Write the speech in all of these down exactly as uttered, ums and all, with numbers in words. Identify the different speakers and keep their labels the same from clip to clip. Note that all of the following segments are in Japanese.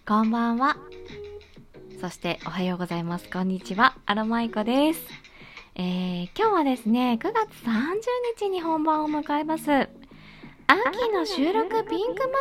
Speaker 1: こんばんは。そしておはようございます。こんにちは。アロマイコです。えー、今日はですね、くがつさんじゅうにちに本番を迎えます。秋の収録ピンク祭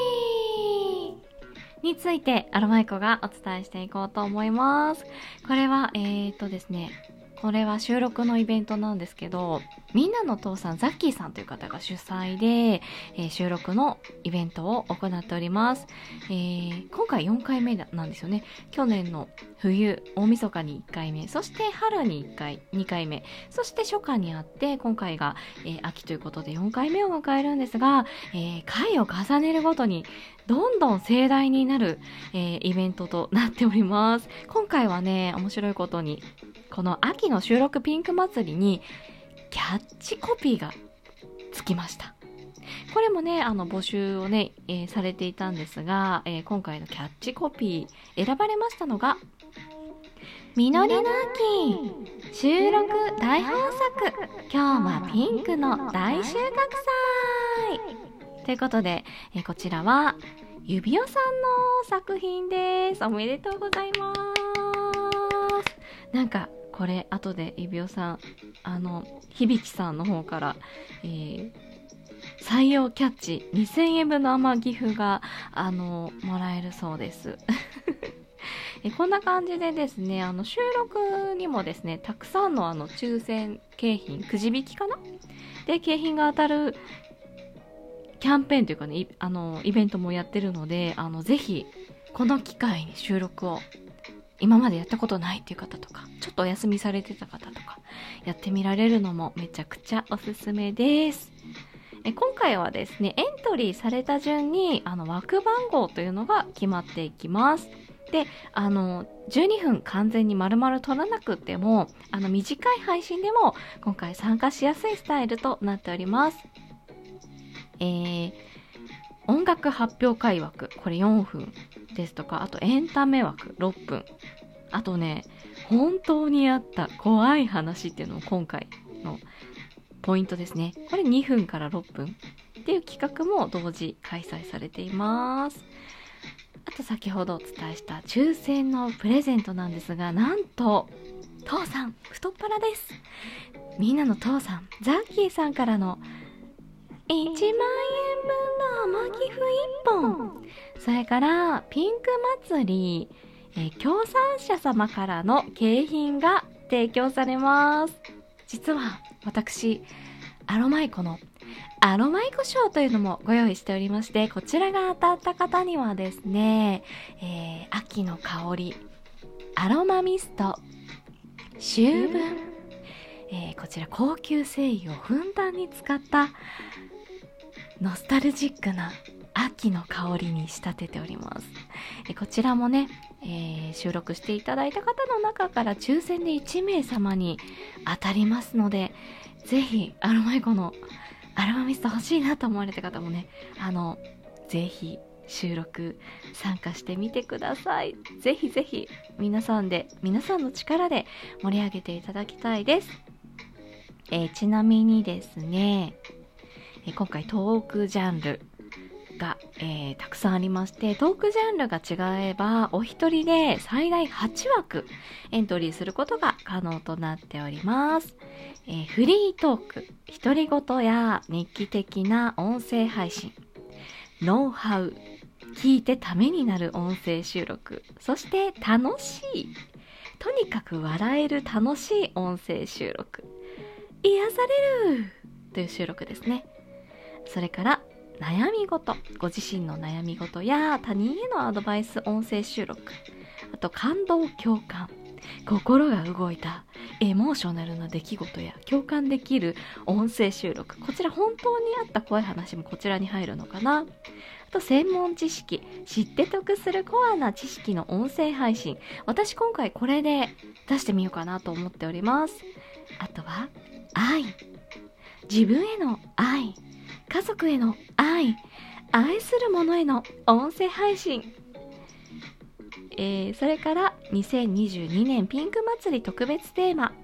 Speaker 1: りについてアロマイコがお伝えしていこうと思います。これは、えーとですね、これは収録のイベントなんですけど、みんなの父さんザッキーさんという方が主催で、えー、収録のイベントを行っております。えー、今回よんかいめなんですよね。去年の冬、大晦日にいっかいめ、そして春にいっかい、にかいめ、そして初夏にあって、今回が、えー、秋ということでよんかいめを迎えるんですが、えー、回を重ねるごとにどんどん盛大になる、えー、イベントとなっております。今回はね、面白いことに、この秋の収録ピンク祭りにキャッチコピーがつきました。これもね、あの募集をね、えー、されていたんですが、えー、今回のキャッチコピー選ばれましたのが、実りの秋収録大豊作、今日はピンクの大収穫祭ということで、えー、こちらは指輪さんの作品です。おめでとうございます。なんかこれ後で指輪さん、あの響さんの方から、えー、採用キャッチにせんえんぶんの天寄付があのもらえるそうですえこんな感じでですね、あの収録にもですね、たくさんのあの抽選景品、くじ引きかなで景品が当たるキャンペーンというかね、あのイベントもやってるので、あのぜひこの機会に収録を今までやったことないっていう方とか、ちょっとお休みされてた方とか、やってみられるのもめちゃくちゃおすすめです。え今回はですね、エントリーされた順にあの枠番号というのが決まっていきます。で、あのじゅうにふん完全に丸々取らなくても、あの短い配信でも今回参加しやすいスタイルとなっております。えー、音楽発表会枠、これよんふんですとか、あとエンタメ枠ろっぷん、あとね、本当にあった怖い話っていうのも今回のポイントですね。これにふんからろっぷんっていう企画も同時開催されています。あと先ほどお伝えした抽選のプレゼントなんですが、なんと父さん太っ腹です。みんなの父さんザッキーさんからのいちまんえんぶんの天寄付いっぽん、それからピンク祭り、えー、協賛者様からの景品が提供されます。実は私アロマイコのアロマイコ賞というのもご用意しておりまして、こちらが当たった方にはですね、えー、秋の香りアロマミスト秋分、えー、こちら高級精油をふんだんに使ったノスタルジックな秋の香りに仕立てております。えこちらもね、えー、収録していただいた方の中から抽選でいちめいさまに当たりますので、ぜひアロマイコのアロマミスト欲しいなと思われた方もね、あのぜひ収録参加してみてください。ぜひぜひ皆さんで皆さんの力で盛り上げていただきたいです。えー、ちなみにですね、今回トークジャンルが、えー、たくさんありまして、トークジャンルが違えばお一人で最大はちわくエントリーすることが可能となっております。えー、フリートーク、独り言や日記的な音声配信、ノウハウ、聞いてためになる音声収録、そして楽しい、とにかく笑える楽しい音声収録、癒されるという収録ですね。それから悩み事、ご自身の悩み事や他人へのアドバイス音声収録、あと感動共感、心が動いたエモーショナルな出来事や共感できる音声収録、こちら本当にあった怖い話もこちらに入るのかな。あと専門知識、知って得するコアな知識の音声配信、私今回これで出してみようかなと思っております。あとは愛、自分への愛、家族への愛、愛する者への音声配信、えー、それからにせんにじゅうにねんピンク祭り特別テーマ、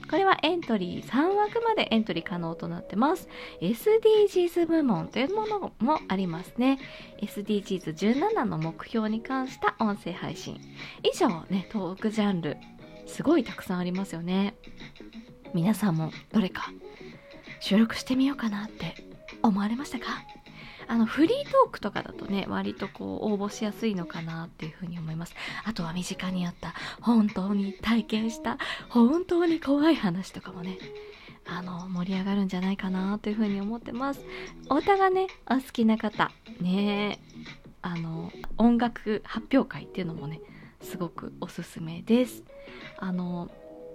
Speaker 1: これはエントリーさんわくまでエントリー可能となってます。 エスディージーズ 部門というものもありますね。 エスディージーズじゅうなな の目標に関した音声配信。以上ね、トークジャンルすごいたくさんありますよね。皆さんもどれか収録してみようかなって思われましたか？あのフリートークとかだとね、割とこう応募しやすいのかなっていうふうに思います。あとは身近にあった本当に体験した本当に怖い話とかもね、あの盛り上がるんじゃないかなというふうに思ってます。お歌がねお好きな方ね、あの音楽発表会っていうのもねすごくおすすめです。あの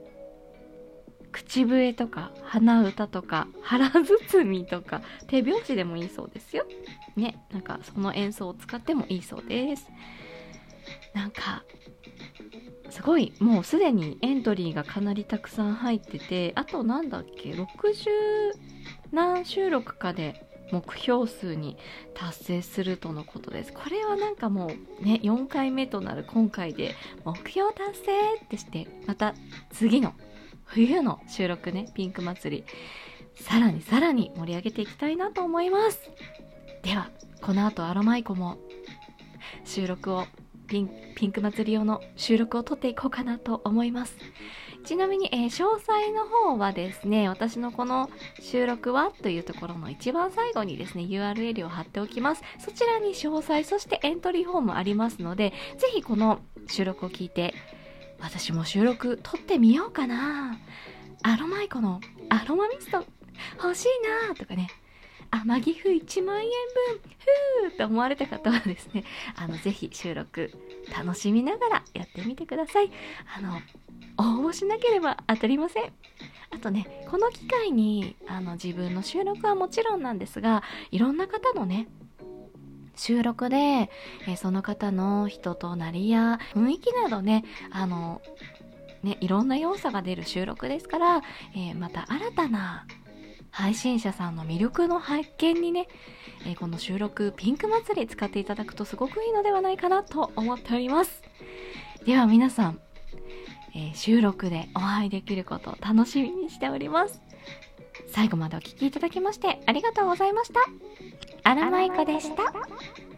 Speaker 1: 口笛とか鼻歌とか腹包みとか手拍子でもいいそうですよね。なんかその演奏を使ってもいいそうです。なんかすごい、もうすでにエントリーがかなりたくさん入ってて、あとなんだっけろくじゅう何収録かで目標数に達成するとのことです。これはなんかもうねよんかいめとなる今回で目標達成ってして、また次の冬の収録ね、ピンク祭りさらにさらに盛り上げていきたいなと思います。ではこの後アロマイコも収録をピン、ピンク祭り用の収録を撮っていこうかなと思います。ちなみに、えー、詳細の方はですね、私のこの収録はというところの一番最後にですね ユーアールエル を貼っておきます。そちらに詳細、そしてエントリーフォームありますので、ぜひこの収録を聞いて私も収録撮ってみようかな、アロマイコのアロマミスト欲しいなとかね、天城府いちまんえんぶんふーって思われた方はですね、あのぜひ収録楽しみながらやってみてください。あの応募しなければ当たりません。あとね、この機会にあの自分の収録はもちろんなんですが、いろんな方のね収録で、えー、その方の人となりや雰囲気などね、あのねいろんな要素が出る収録ですから、えー、また新たな配信者さんの魅力の発見にね、えー、この収録ピンク祭り使っていただくとすごくいいのではないかなと思っております。では皆さん、えー、収録でお会いできることを楽しみにしております。最後までお聞きいただきましてありがとうございました。アラマイコでした。